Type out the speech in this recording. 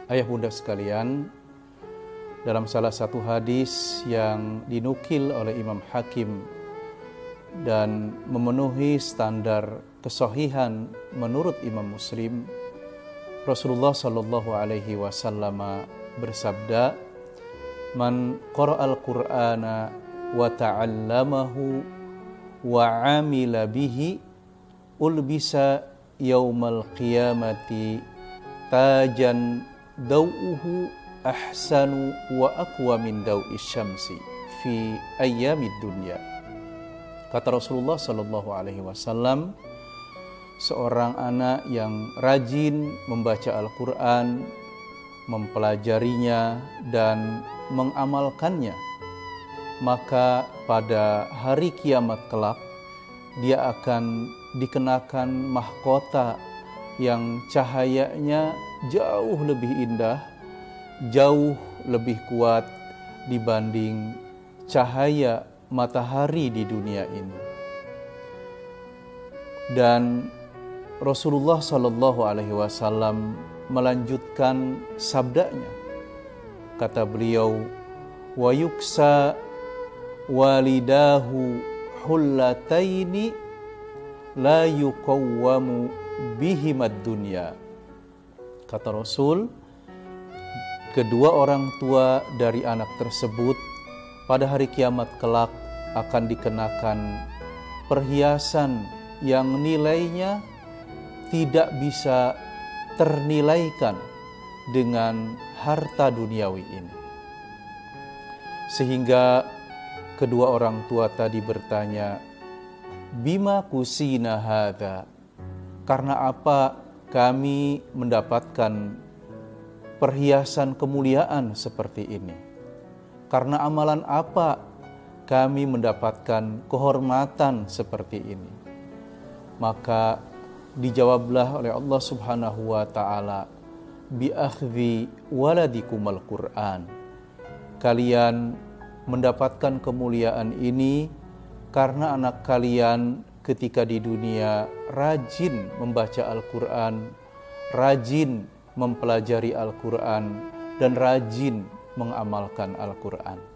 Ayah bunda sekalian, dalam salah satu hadis yang dinukil oleh Imam Hakim dan memenuhi standar kesahihan menurut Imam Muslim, Rasulullah sallallahu alaihi wasallam bersabda, "Man qara'al Qur'ana wa ta'allamahu wa 'amila bihi ulbisa yaumal qiyamati tajan dau'uhu ahsanu wa aqwa min dau'is syamsi fi ayyamid dunya." Kata Rasulullah sallallahu alaihi wasallam, seorang anak yang rajin membaca Al-Qur'an, mempelajarinya dan mengamalkannya, maka pada hari kiamat kelak dia akan dikenakan mahkota yang cahayanya jauh lebih indah, jauh lebih kuat dibanding cahaya matahari di dunia ini. Dan Rasulullah sallallahu alaihi wasallam melanjutkan sabdanya. Kata beliau, "Wa yuksa walidahu hullataini la yuqawwamu bihimad dunya." Kata Rasul, kedua orang tua dari anak tersebut pada hari kiamat kelak akan dikenakan perhiasan yang nilainya tidak bisa ternilaikan dengan harta duniawi ini. Sehingga kedua orang tua tadi bertanya, "Bima kusina hadza?" Karena apa kami mendapatkan perhiasan kemuliaan seperti ini? Karena amalan apa kami mendapatkan kehormatan seperti ini? Maka dijawablah oleh Allah Subhanahu wa taala, "Bi akhdhi waladikumul Qur'an." Kalian mendapatkan kemuliaan ini karena anak kalian ketika di dunia rajin membaca Al-Quran, rajin mempelajari Al-Quran, dan rajin mengamalkan Al-Quran.